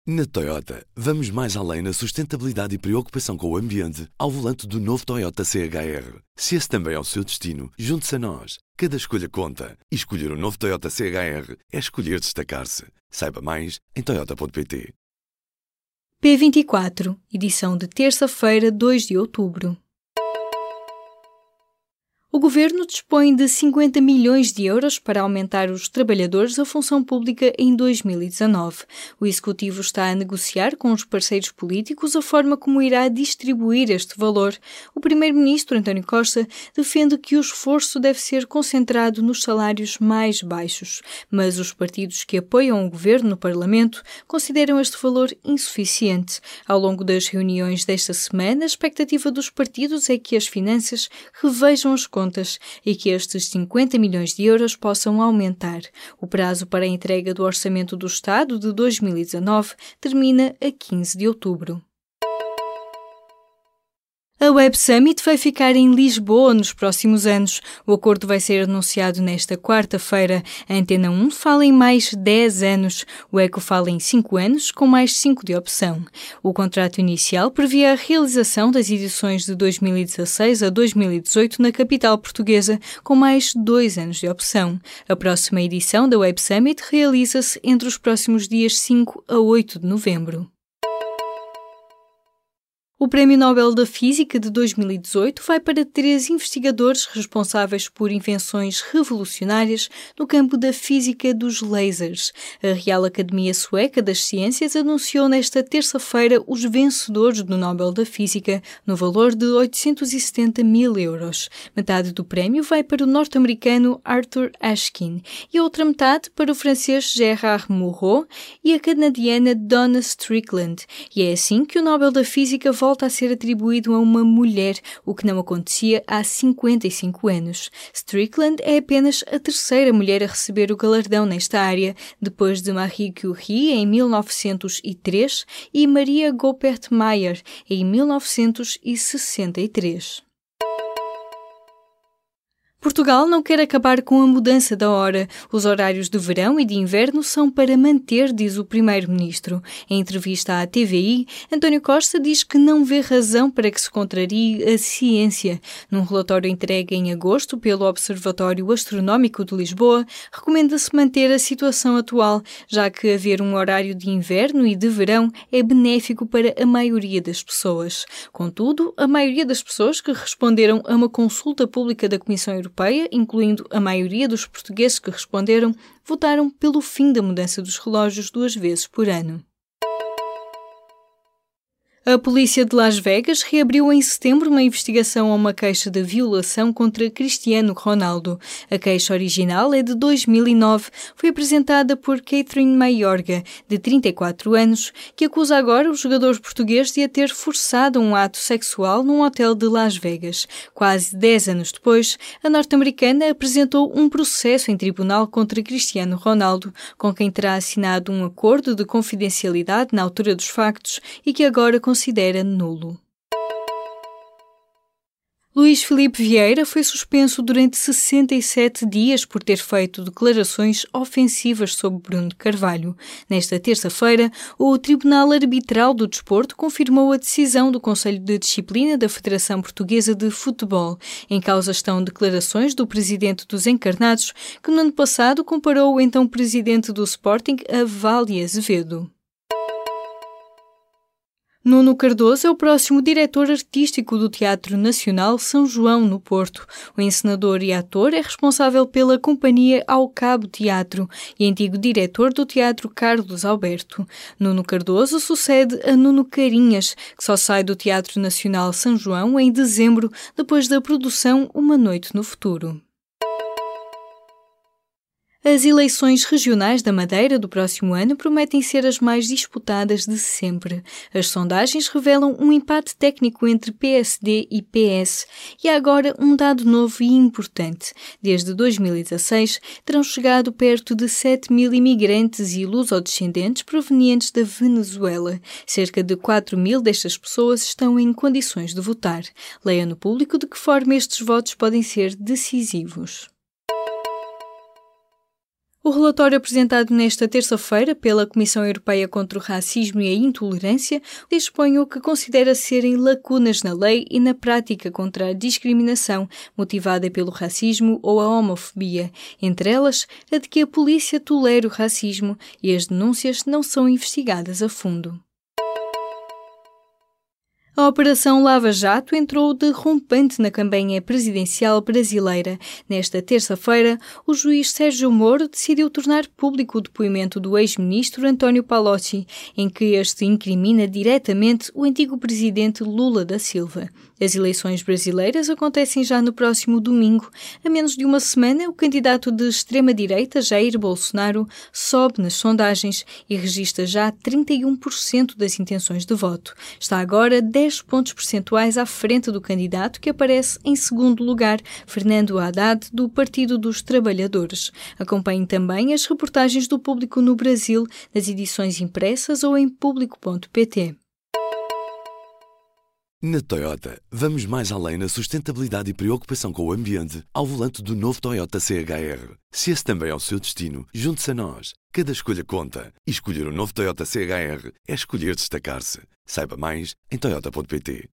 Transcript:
Na Toyota, vamos mais além na sustentabilidade e preocupação com o ambiente ao volante do novo Toyota CHR. Se esse também é o seu destino, junte-se a nós. Cada escolha conta. E escolher o novo Toyota CHR é escolher destacar-se. Saiba mais em toyota.pt. P24, edição de terça-feira, 2 de outubro. O Governo dispõe de 50 milhões de euros para aumentar os trabalhadores da função pública em 2019. O Executivo está a negociar com os parceiros políticos a forma como irá distribuir este valor. O Primeiro-Ministro, António Costa, defende que o esforço deve ser concentrado nos salários mais baixos, mas os partidos que apoiam o Governo no Parlamento consideram este valor insuficiente. Ao longo das reuniões desta semana, a expectativa dos partidos é que as finanças revejam as contas e que estes 50 milhões de euros possam aumentar. O prazo para a entrega do Orçamento do Estado de 2019 termina a 15 de outubro. A Web Summit vai ficar em Lisboa nos próximos anos. O acordo vai ser anunciado nesta quarta-feira. A Antena 1 fala em mais 10 anos. O Eco fala em 5 anos, com mais 5 de opção. O contrato inicial previa a realização das edições de 2016 a 2018 na capital portuguesa, com mais 2 anos de opção. A próxima edição da Web Summit realiza-se entre os próximos dias 5 a 8 de novembro. O Prémio Nobel da Física de 2018 vai para 3 investigadores responsáveis por invenções revolucionárias no campo da física dos lasers. A Real Academia Sueca das Ciências anunciou nesta terça-feira os vencedores do Nobel da Física, no valor de 870 mil euros. Metade do prémio vai para o norte-americano Arthur Ashkin e a outra metade para o francês Gérard Mourou e a canadiana Donna Strickland. E é assim que o Nobel da Física volta a ser atribuído a uma mulher, o que não acontecia há 55 anos. Strickland é apenas a terceira mulher a receber o galardão nesta área, depois de Marie Curie em 1903 e Maria Goeppert-Mayer em 1963. Portugal não quer acabar com a mudança da hora. Os horários de verão e de inverno são para manter, diz o Primeiro-Ministro. Em entrevista à TVI, António Costa diz que não vê razão para que se contrarie a ciência. Num relatório entregue em agosto pelo Observatório Astronómico de Lisboa, recomenda-se manter a situação atual, já que haver um horário de inverno e de verão é benéfico para a maioria das pessoas. Contudo, a maioria das pessoas que responderam a uma consulta pública da Comissão Europeia, incluindo a maioria dos portugueses que responderam, votaram pelo fim da mudança dos relógios 2 vezes por ano. A polícia de Las Vegas reabriu em setembro uma investigação a uma queixa de violação contra Cristiano Ronaldo. A queixa original é de 2009, foi apresentada por Catherine Mayorga, de 34 anos, que acusa agora o jogador português de a ter forçado um ato sexual num hotel de Las Vegas. Quase 10 anos depois, a norte-americana apresentou um processo em tribunal contra Cristiano Ronaldo, com quem terá assinado um acordo de confidencialidade na altura dos factos e que agora considera nulo. Luís Filipe Vieira foi suspenso durante 67 dias por ter feito declarações ofensivas sobre Bruno de Carvalho. Nesta terça-feira, o Tribunal Arbitral do Desporto confirmou a decisão do Conselho de Disciplina da Federação Portuguesa de Futebol. Em causa estão declarações do presidente dos Encarnados, que no ano passado comparou o então presidente do Sporting a Vali Azevedo. Nuno Cardoso é o próximo diretor artístico do Teatro Nacional São João, no Porto. O encenador e ator é responsável pela companhia Ao Cabo Teatro e antigo diretor do Teatro Carlos Alberto. Nuno Cardoso sucede a Nuno Carinhas, que só sai do Teatro Nacional São João em dezembro, depois da produção Uma Noite no Futuro. As eleições regionais da Madeira do próximo ano prometem ser as mais disputadas de sempre. As sondagens revelam um empate técnico entre PSD e PS. E há agora um dado novo e importante. Desde 2016, terão chegado perto de 7 mil imigrantes e lusodescendentes provenientes da Venezuela. Cerca de 4 mil destas pessoas estão em condições de votar. Leia no Público de que forma estes votos podem ser decisivos. O relatório apresentado nesta terça-feira pela Comissão Europeia contra o Racismo e a Intolerância expõe o que considera serem lacunas na lei e na prática contra a discriminação motivada pelo racismo ou a homofobia, entre elas a de que a polícia tolera o racismo e as denúncias não são investigadas a fundo. A Operação Lava Jato entrou de rompante na campanha presidencial brasileira. Nesta terça-feira, o juiz Sérgio Moro decidiu tornar público o depoimento do ex-ministro António Palocci, em que este incrimina diretamente o antigo presidente Lula da Silva. As eleições brasileiras acontecem já no próximo domingo. A menos de uma semana, o candidato de extrema-direita, Jair Bolsonaro, sobe nas sondagens e registra já 31% das intenções de voto. Está agora 10 pontos percentuais à frente do candidato que aparece em segundo lugar, Fernando Haddad, do Partido dos Trabalhadores. Acompanhe também as reportagens do Público no Brasil, nas edições impressas ou em público.pt. Na Toyota, vamos mais além na sustentabilidade e preocupação com o ambiente ao volante do novo Toyota CHR. Se esse também é o seu destino, junte-se a nós. Cada escolha conta. E escolher o novo Toyota CHR é escolher destacar-se. Saiba mais em toyota.pt.